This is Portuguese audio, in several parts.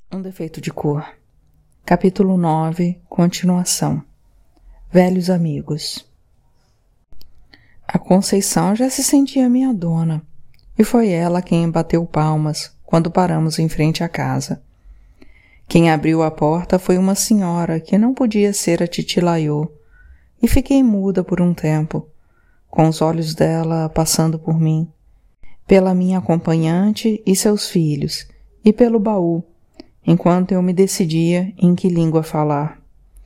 Um defeito de cor. Capítulo 9. Continuação. Velhos amigos. A Conceição já se sentia minha dona, e foi ela quem bateu palmas quando paramos em frente à casa. Quem abriu a porta foi uma senhora que não podia ser a titi Laiô, e fiquei muda por um tempo, com os olhos dela passando por mim, pela minha acompanhante e seus filhos, e pelo baú, enquanto eu me decidia em que língua falar.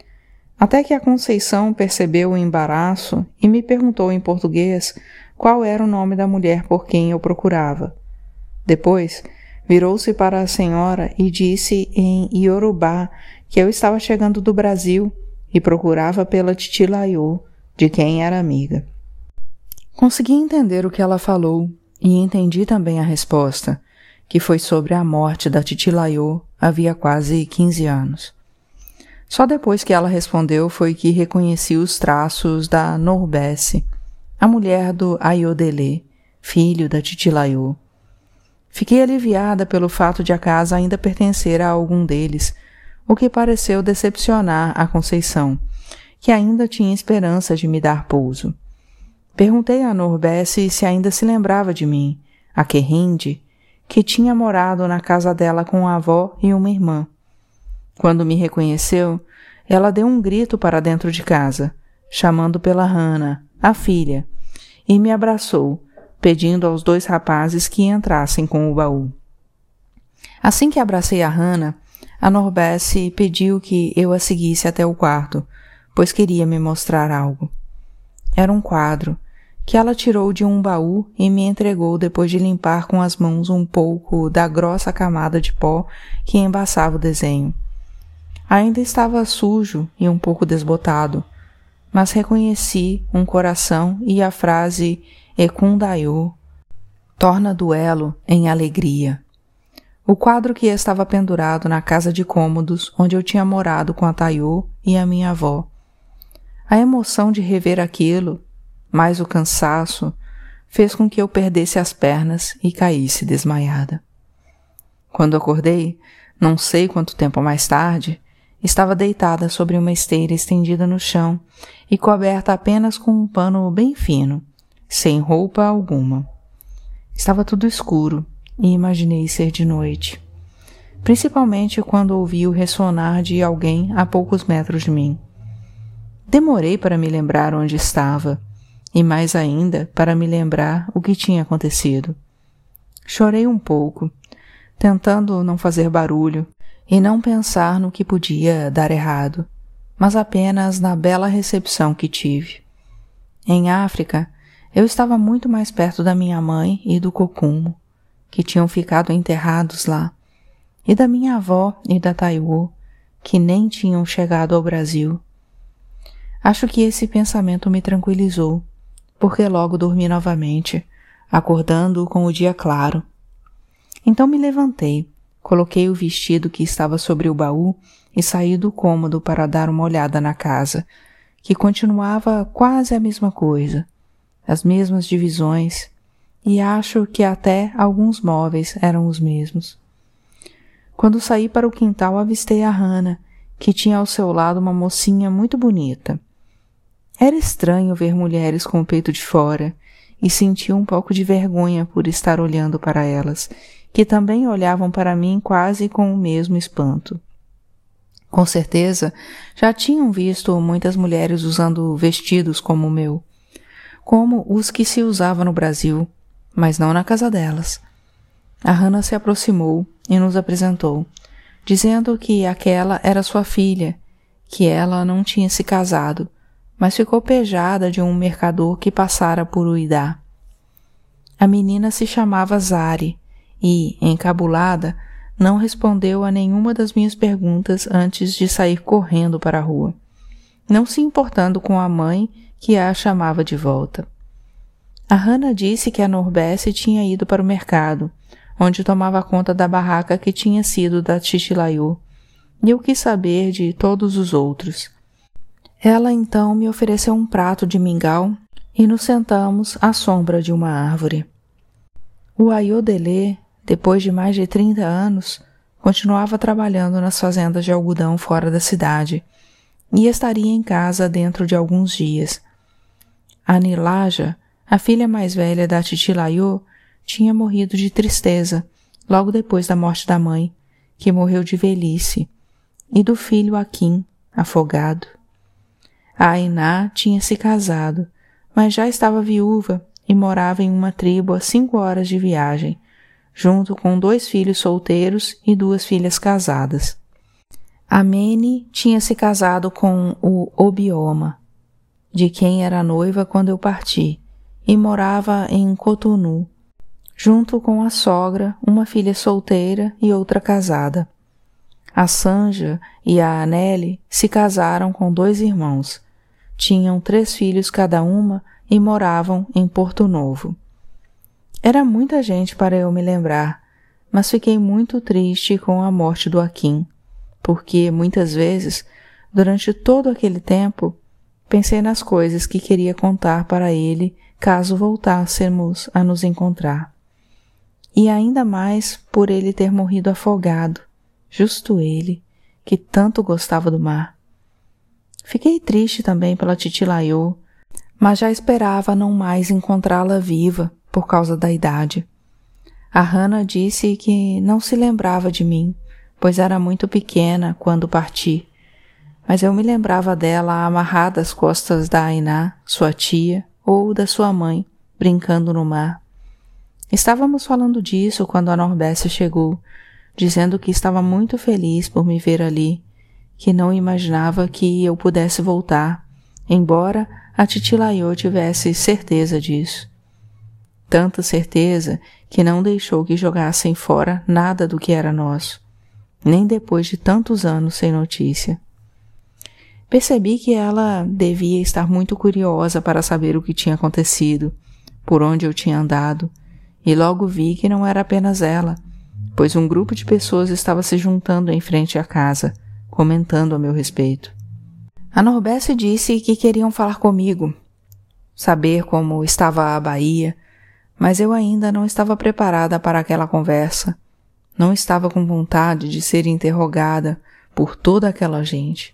Até que a Conceição percebeu o embaraço e me perguntou em português qual era o nome da mulher por quem eu procurava. Depois, virou-se para a senhora e disse em iorubá que eu estava chegando do Brasil e procurava pela titi Laiô, de quem era amiga. Consegui entender o que ela falou e entendi também a resposta, que foi sobre a morte da titi Laiô havia quase 15 anos. Só depois que ela respondeu foi que reconheci os traços da Norbesse, a mulher do Ayodelê, filho da titi Laiô. Fiquei aliviada pelo fato de a casa ainda pertencer a algum deles, o que pareceu decepcionar a Conceição, que ainda tinha esperança de me dar pouso. Perguntei a Norbesse se ainda se lembrava de mim, a Querrinde, que tinha morado na casa dela com a avó e uma irmã. Quando me reconheceu, ela deu um grito para dentro de casa, chamando pela Hannah, a filha, e me abraçou, pedindo aos 2 rapazes que entrassem com o baú. Assim que abracei a Hannah, a Norbesse pediu que eu a seguisse até o quarto, pois queria me mostrar algo. Era um quadro, que ela tirou de um baú e me entregou depois de limpar com as mãos um pouco da grossa camada de pó que embaçava o desenho. Ainda estava sujo e um pouco desbotado, mas reconheci um coração e a frase Ekundaiô, torna duelo em alegria. O quadro que estava pendurado na casa de cômodos onde eu tinha morado com a Taiô e a minha avó. A emoção de rever aquilo, mais o cansaço, fez com que eu perdesse as pernas e caísse desmaiada. Quando acordei, não sei quanto tempo mais tarde, estava deitada sobre uma esteira estendida no chão e coberta apenas com um pano bem fino, sem roupa alguma. Estava tudo escuro e imaginei ser de noite, principalmente quando ouvi o ressonar de alguém a poucos metros de mim. Demorei para me lembrar onde estava, e mais ainda para me lembrar o que tinha acontecido. Chorei um pouco, tentando não fazer barulho e não pensar no que podia dar errado, mas apenas na bela recepção que tive. Em África, eu estava muito mais perto da minha mãe e do Kokumo, que tinham ficado enterrados lá, e da minha avó e da Taiô, que nem tinham chegado ao Brasil. Acho que esse pensamento me tranquilizou, porque logo dormi novamente, acordando com o dia claro. Então me levantei, coloquei o vestido que estava sobre o baú e saí do cômodo para dar uma olhada na casa, que continuava quase a mesma coisa, as mesmas divisões, e acho que até alguns móveis eram os mesmos. Quando saí para o quintal, avistei a Hannah, que tinha ao seu lado uma mocinha muito bonita. Era estranho ver mulheres com o peito de fora e senti um pouco de vergonha por estar olhando para elas, que também olhavam para mim quase com o mesmo espanto. Com certeza, já tinham visto muitas mulheres usando vestidos como o meu, como os que se usava no Brasil, mas não na casa delas. A Hannah se aproximou e nos apresentou, dizendo que aquela era sua filha, que ela não tinha se casado, mas ficou pejada de um mercador que passara por Uidá. A menina se chamava Zari e, encabulada, não respondeu a nenhuma das minhas perguntas antes de sair correndo para a rua, não se importando com a mãe que a chamava de volta. A Hannah disse que a Norbesse tinha ido para o mercado, onde tomava conta da barraca que tinha sido da titi Laiô, e eu quis saber de todos os outros. Ela então me ofereceu um prato de mingau e nos sentamos à sombra de uma árvore. O Ayodelê, depois de mais de 30 anos, continuava trabalhando nas fazendas de algodão fora da cidade e estaria em casa dentro de alguns dias. A Nilaja, a filha mais velha da Titilayo, tinha morrido de tristeza logo depois da morte da mãe, que morreu de velhice, e do filho Akin, afogado. A Ainá tinha se casado, mas já estava viúva e morava em uma tribo a 5 horas de viagem, junto com 2 filhos solteiros e 2 filhas casadas. A Mene tinha se casado com o Obioma, de quem era noiva quando eu parti, e morava em Cotonou, junto com a sogra, uma filha solteira e outra casada. A Sanja e a Anele se casaram com 2 irmãos. Tinham 3 filhos cada uma e moravam em Porto Novo. Era muita gente para eu me lembrar, mas fiquei muito triste com a morte do Akin, porque muitas vezes, durante todo aquele tempo, pensei nas coisas que queria contar para ele caso voltássemos a nos encontrar. E ainda mais por ele ter morrido afogado, justo ele, que tanto gostava do mar. Fiquei triste também pela Titilayo, mas já esperava não mais encontrá-la viva por causa da idade. A Hannah disse que não se lembrava de mim, pois era muito pequena quando parti, mas eu me lembrava dela amarrada às costas da Ainá, sua tia, ou da sua mãe, brincando no mar. Estávamos falando disso quando a Norbécia chegou, dizendo que estava muito feliz por me ver ali, que não imaginava que eu pudesse voltar, embora a Titilayo tivesse certeza disso. Tanta certeza que não deixou que jogassem fora nada do que era nosso, nem depois de tantos anos sem notícia. Percebi que ela devia estar muito curiosa para saber o que tinha acontecido, por onde eu tinha andado, e logo vi que não era apenas ela, pois um grupo de pessoas estava se juntando em frente à casa, comentando a meu respeito. A Norbécia disse que queriam falar comigo, saber como estava a Bahia, mas eu ainda não estava preparada para aquela conversa. Não estava com vontade de ser interrogada por toda aquela gente.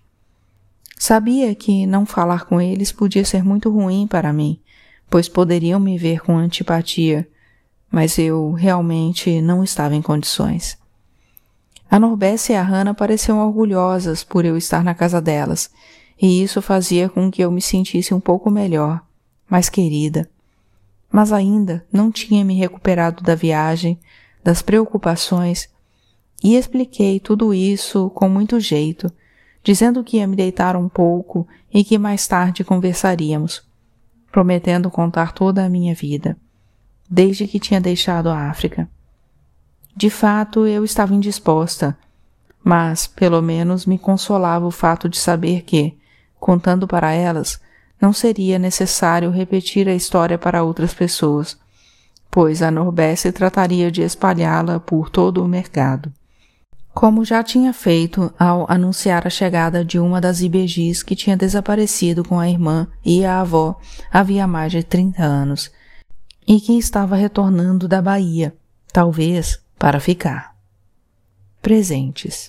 Sabia que não falar com eles podia ser muito ruim para mim, pois poderiam me ver com antipatia, mas eu realmente não estava em condições. A Norbécia e a Hannah pareciam orgulhosas por eu estar na casa delas, e isso fazia com que eu me sentisse um pouco melhor, mais querida. Mas ainda não tinha me recuperado da viagem, das preocupações, e expliquei tudo isso com muito jeito, dizendo que ia me deitar um pouco e que mais tarde conversaríamos, prometendo contar toda a minha vida, desde que tinha deixado a África. De fato, eu estava indisposta, mas pelo menos me consolava o fato de saber que, contando para elas, não seria necessário repetir a história para outras pessoas, pois a Norbécia trataria de espalhá-la por todo o mercado. Como já tinha feito ao anunciar a chegada de uma das IBGs que tinha desaparecido com a irmã e a avó havia mais de 30 anos, e que estava retornando da Bahia, talvez para ficar. Presentes.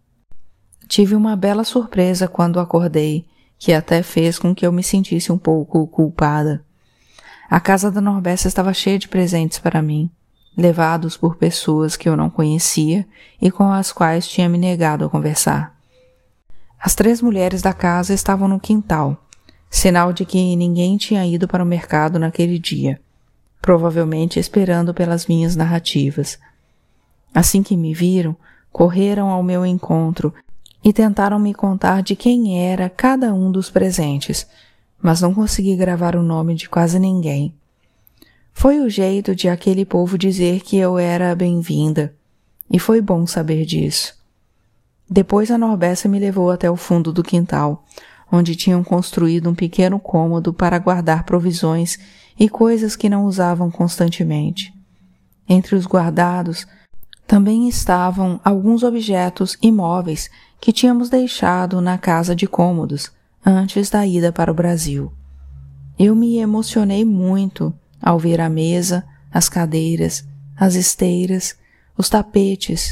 Tive uma bela surpresa quando acordei, que até fez com que eu me sentisse um pouco culpada. A casa da Norbécia estava cheia de presentes para mim, levados por pessoas que eu não conhecia e com as quais tinha me negado a conversar. As 3 mulheres da casa estavam no quintal, sinal de que ninguém tinha ido para o mercado naquele dia, provavelmente esperando pelas minhas narrativas. Assim que me viram, correram ao meu encontro e tentaram me contar de quem era cada um dos presentes, mas não consegui gravar o nome de quase ninguém. Foi o jeito de aquele povo dizer que eu era bem-vinda, e foi bom saber disso. Depois a Norbécia me levou até o fundo do quintal, onde tinham construído um pequeno cômodo para guardar provisões e coisas que não usavam constantemente. Entre os guardados também estavam alguns objetos imóveis que tínhamos deixado na casa de cômodos antes da ida para o Brasil. Eu me emocionei muito ao ver a mesa, as cadeiras, as esteiras, os tapetes,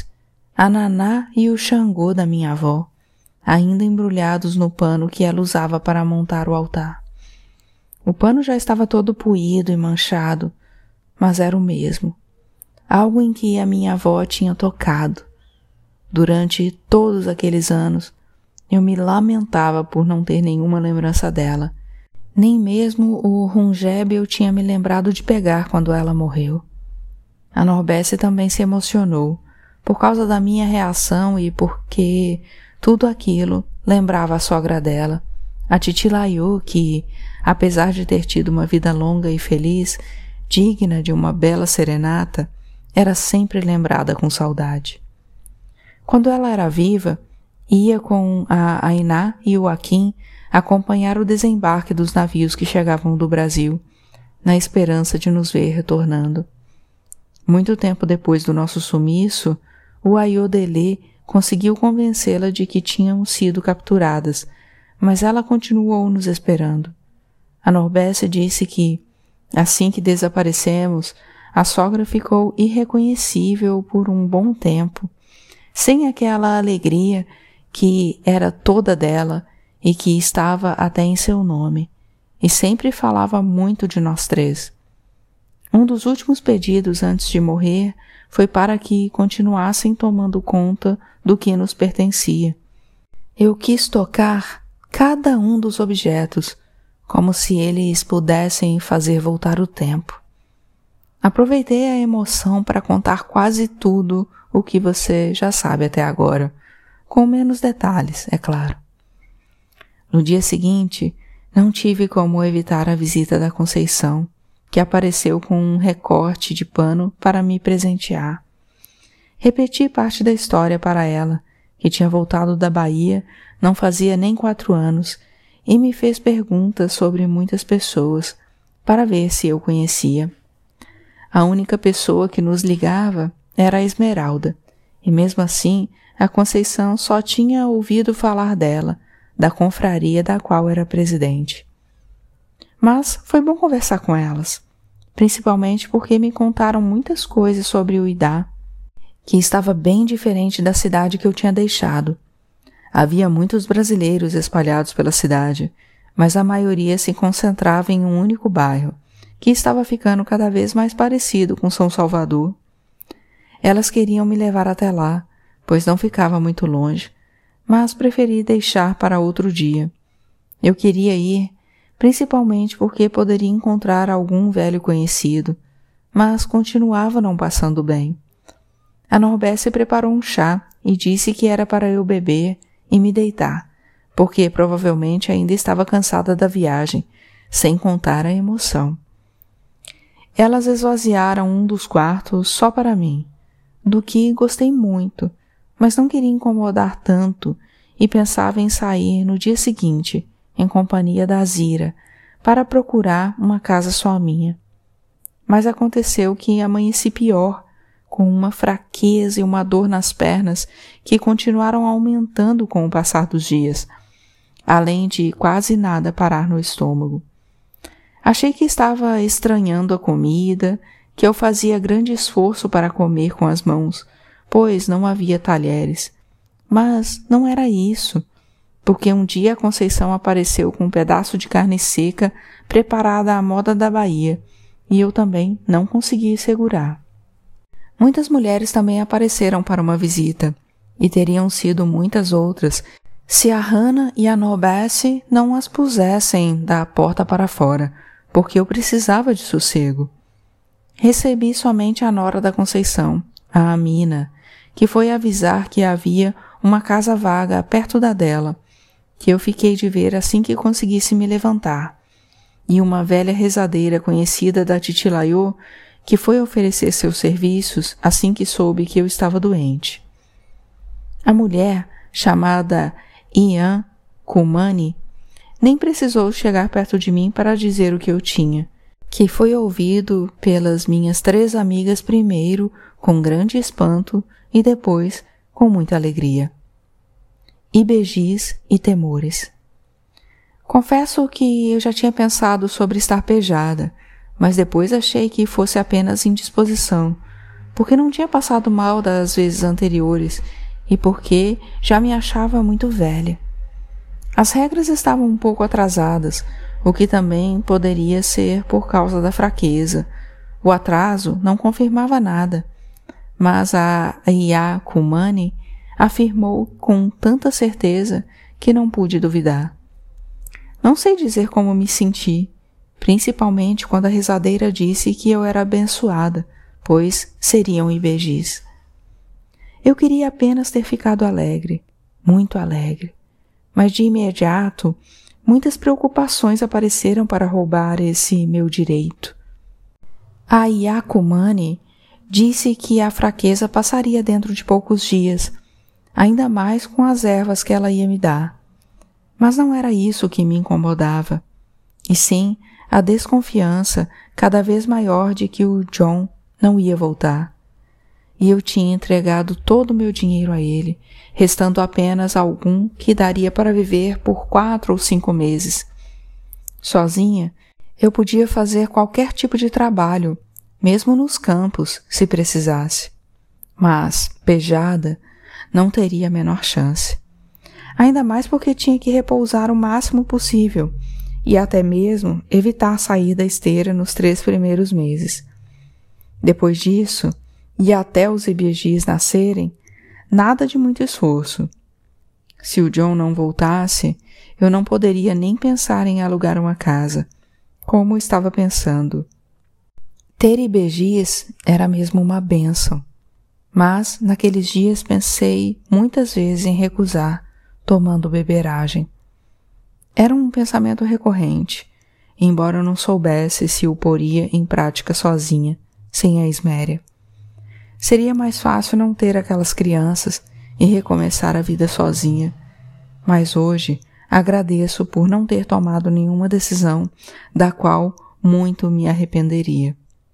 a Naná e o Xangô da minha avó, ainda embrulhados no pano que ela usava para montar o altar. O pano já estava todo poído e manchado, mas era o mesmo, algo em que a minha avó tinha tocado. Durante todos aqueles anos, eu me lamentava por não ter nenhuma lembrança dela. Nem mesmo o Rungeb eu tinha me lembrado de pegar quando ela morreu. A Norbesse também se emocionou, por causa da minha reação e porque tudo aquilo lembrava a sogra dela, a Titilayo, que, apesar de ter tido uma vida longa e feliz, digna de uma bela serenata, era sempre lembrada com saudade. Quando ela era viva, ia com a Ainá e o Akin acompanhar o desembarque dos navios que chegavam do Brasil, na esperança de nos ver retornando. Muito tempo depois do nosso sumiço, o Ayodele conseguiu convencê-la de que tínhamos sido capturadas, mas ela continuou nos esperando. A Norbesse disse que, assim que desaparecemos, a sogra ficou irreconhecível por um bom tempo, sem aquela alegria que era toda dela e que estava até em seu nome, e sempre falava muito de nós três. Um dos últimos pedidos antes de morrer foi para que continuassem tomando conta do que nos pertencia. Eu quis tocar cada um dos objetos, como se eles pudessem fazer voltar o tempo. Aproveitei a emoção para contar quase tudo o que você já sabe até agora, com menos detalhes, é claro. No dia seguinte, não tive como evitar a visita da Conceição, que apareceu com um recorte de pano para me presentear. Repeti parte da história para ela, que tinha voltado da Bahia não fazia nem 4 anos, e me fez perguntas sobre muitas pessoas, para ver se eu conhecia. A única pessoa que nos ligava era a Esmeralda, e mesmo assim a Conceição só tinha ouvido falar dela, da confraria da qual era presidente. Mas foi bom conversar com elas, principalmente porque me contaram muitas coisas sobre o Idá, que estava bem diferente da cidade que eu tinha deixado. Havia muitos brasileiros espalhados pela cidade, mas a maioria se concentrava em um único bairro, que estava ficando cada vez mais parecido com São Salvador. Elas queriam me levar até lá, pois não ficava muito longe, mas preferi deixar para outro dia. Eu queria ir, principalmente porque poderia encontrar algum velho conhecido, mas continuava não passando bem. A Norbesse preparou um chá e disse que era para eu beber e me deitar, porque provavelmente ainda estava cansada da viagem, sem contar a emoção. Elas esvaziaram um dos quartos só para mim, do que gostei muito, mas não queria incomodar tanto e pensava em sair no dia seguinte, em companhia da Zira, para procurar uma casa só minha. Mas aconteceu que amanheci pior, com uma fraqueza e uma dor nas pernas que continuaram aumentando com o passar dos dias, além de quase nada parar no estômago. Achei que estava estranhando a comida, que eu fazia grande esforço para comer com as mãos, pois não havia talheres. Mas não era isso, porque um dia a Conceição apareceu com um pedaço de carne seca preparada à moda da Bahia, e eu também não consegui segurar. Muitas mulheres também apareceram para uma visita, e teriam sido muitas outras se a Hannah e a Norbesse não as pusessem da porta para fora, porque eu precisava de sossego. Recebi somente a nora da Conceição, a Amina, que foi avisar que havia uma casa vaga perto da dela, que eu fiquei de ver assim que conseguisse me levantar, e uma velha rezadeira conhecida da Titilayo, que foi oferecer seus serviços assim que soube que eu estava doente. A mulher, chamada Ian Kumani, nem precisou chegar perto de mim para dizer o que eu tinha, que foi ouvido pelas minhas 3 amigas primeiro com grande espanto e depois com muita alegria. Ibejis e temores. Confesso que eu já tinha pensado sobre estar pejada, mas depois achei que fosse apenas indisposição, porque não tinha passado mal das vezes anteriores e porque já me achava muito velha. As regras estavam um pouco atrasadas, o que também poderia ser por causa da fraqueza. O atraso não confirmava nada, mas a Iya Kumani afirmou com tanta certeza que não pude duvidar. Não sei dizer como me senti, principalmente quando a rezadeira disse que eu era abençoada, pois seriam IBGs. Eu queria apenas ter ficado alegre, muito alegre, mas de imediato muitas preocupações apareceram para roubar esse meu direito. A Iya Kumani disse que a fraqueza passaria dentro de poucos dias, ainda mais com as ervas que ela ia me dar. Mas não era isso que me incomodava, e sim a desconfiança cada vez maior de que o John não ia voltar. E eu tinha entregado todo o meu dinheiro a ele, restando apenas algum que daria para viver por 4 ou 5 meses. Sozinha, eu podia fazer qualquer tipo de trabalho, mesmo nos campos, se precisasse. Mas, pejada, não teria a menor chance. Ainda mais porque tinha que repousar o máximo possível e até mesmo evitar sair da esteira nos 3 primeiros meses. Depois disso, e até os IBGs nascerem, nada de muito esforço. Se o John não voltasse, eu não poderia nem pensar em alugar uma casa, como estava pensando. Ter IBGs era mesmo uma bênção, mas naqueles dias pensei muitas vezes em recusar, tomando beberagem. Era um pensamento recorrente, embora eu não soubesse se o poria em prática sozinha, sem a Esméria. Seria mais fácil não ter aquelas crianças e recomeçar a vida sozinha, mas hoje agradeço por não ter tomado nenhuma decisão da qual muito me arrependeria.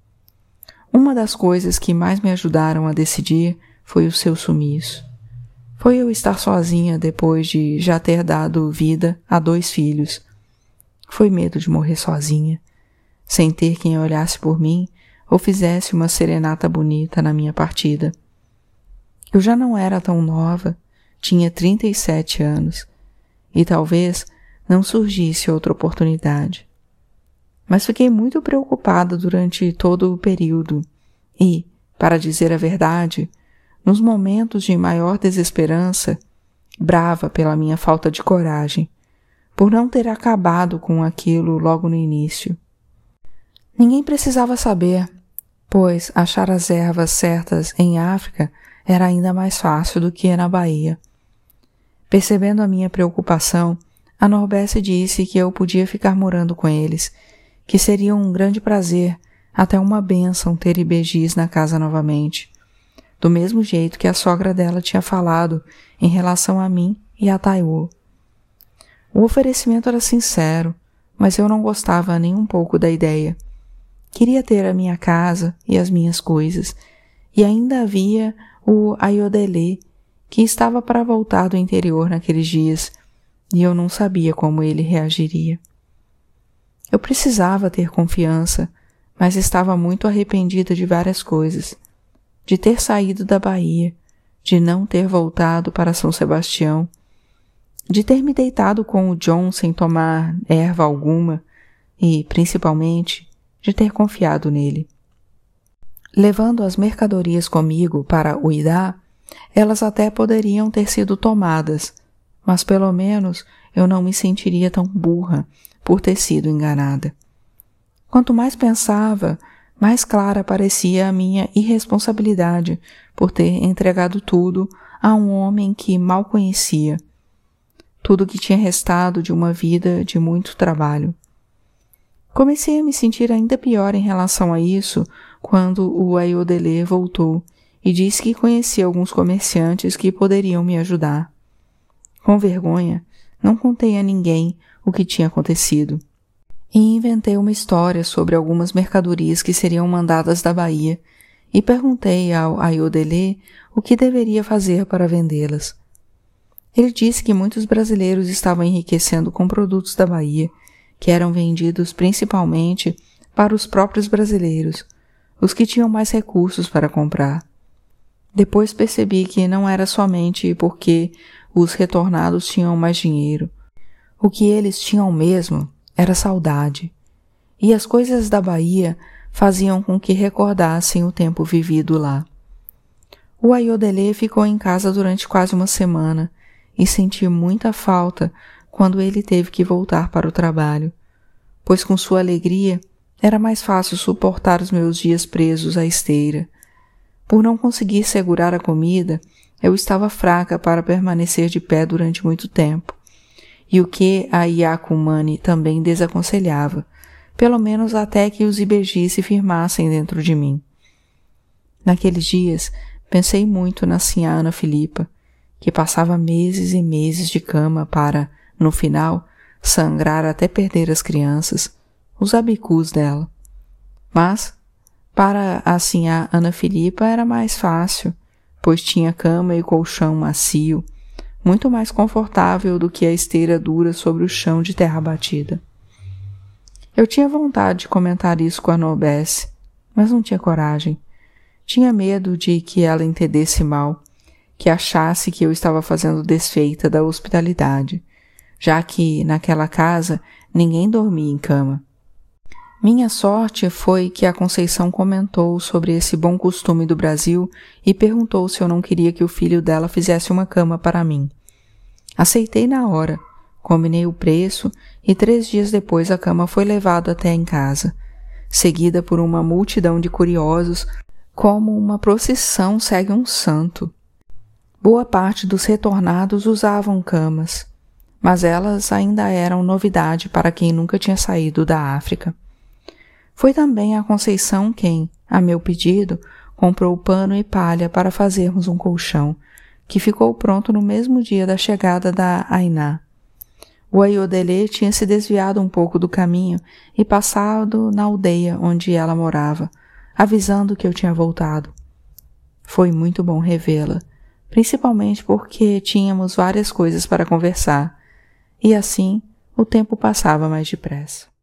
Uma das coisas que mais me ajudaram a decidir foi o seu sumiço. Foi eu estar sozinha depois de já ter dado vida a 2 filhos. Foi medo de morrer sozinha, sem ter quem olhasse por mim ou fizesse uma serenata bonita na minha partida. Eu já não era tão nova, tinha 37 anos, e talvez não surgisse outra oportunidade. Mas fiquei muito preocupada durante todo o período e, para dizer a verdade, nos momentos de maior desesperança, brava pela minha falta de coragem, por não ter acabado com aquilo logo no início. Ninguém precisava saber, pois achar as ervas certas em África era ainda mais fácil do que na Bahia. Percebendo a minha preocupação, a Norbesse disse que eu podia ficar morando com eles, que seria um grande prazer, até uma bênção ter IBGs na casa novamente, do mesmo jeito que a sogra dela tinha falado em relação a mim e a Taiwo. O oferecimento era sincero, mas eu não gostava nem um pouco da ideia. Queria ter a minha casa e as minhas coisas, e ainda havia o Ayodele, que estava para voltar do interior naqueles dias, e eu não sabia como ele reagiria. Eu precisava ter confiança, mas estava muito arrependida de várias coisas. De ter saído da Bahia, de não ter voltado para São Sebastião, de ter me deitado com o John sem tomar erva alguma e, principalmente, de ter confiado nele. Levando as mercadorias comigo para Uidá, elas até poderiam ter sido tomadas, mas pelo menos eu não me sentiria tão burra por ter sido enganada. Quanto mais pensava, mais clara parecia a minha irresponsabilidade por ter entregado tudo a um homem que mal conhecia. Tudo que tinha restado de uma vida de muito trabalho. Comecei a me sentir ainda pior em relação a isso quando o Ayodele voltou e disse que conhecia alguns comerciantes que poderiam me ajudar. Com vergonha, não contei a ninguém o que tinha acontecido. E inventei uma história sobre algumas mercadorias que seriam mandadas da Bahia e perguntei ao Ayodele o que deveria fazer para vendê-las. Ele disse que muitos brasileiros estavam enriquecendo com produtos da Bahia, que eram vendidos principalmente para os próprios brasileiros, os que tinham mais recursos para comprar. Depois percebi que não era somente porque os retornados tinham mais dinheiro. O que eles tinham mesmo era saudade. E as coisas da Bahia faziam com que recordassem o tempo vivido lá. O Ayodele ficou em casa durante quase uma semana e senti muita falta quando ele teve que voltar para o trabalho, pois com sua alegria era mais fácil suportar os meus dias presos à esteira. Por não conseguir segurar a comida, eu estava fraca para permanecer de pé durante muito tempo, e o que a Yakumani também desaconselhava, pelo menos até que os ibejis se firmassem dentro de mim. Naqueles dias, pensei muito na sinhá Ana Filipa, que passava meses e meses de cama para, no final, sangrar até perder as crianças, os abicus dela. Mas, para a sinhá Ana Filipa era mais fácil, pois tinha cama e colchão macio, muito mais confortável do que a esteira dura sobre o chão de terra batida. Eu tinha vontade de comentar isso com a Nobesse, mas não tinha coragem. Tinha medo de que ela entendesse mal, que achasse que eu estava fazendo desfeita da hospitalidade, já que, naquela casa, ninguém dormia em cama. Minha sorte foi que a Conceição comentou sobre esse bom costume do Brasil e perguntou se eu não queria que o filho dela fizesse uma cama para mim. Aceitei na hora, combinei o preço e 3 dias depois a cama foi levada até em casa, seguida por uma multidão de curiosos, como uma procissão segue um santo. Boa parte dos retornados usavam camas, mas elas ainda eram novidade para quem nunca tinha saído da África. Foi também a Conceição quem, a meu pedido, comprou pano e palha para fazermos um colchão, que ficou pronto no mesmo dia da chegada da Ainá. O Ayodele tinha se desviado um pouco do caminho e passado na aldeia onde ela morava, avisando que eu tinha voltado. Foi muito bom revê-la, principalmente porque tínhamos várias coisas para conversar, e assim o tempo passava mais depressa.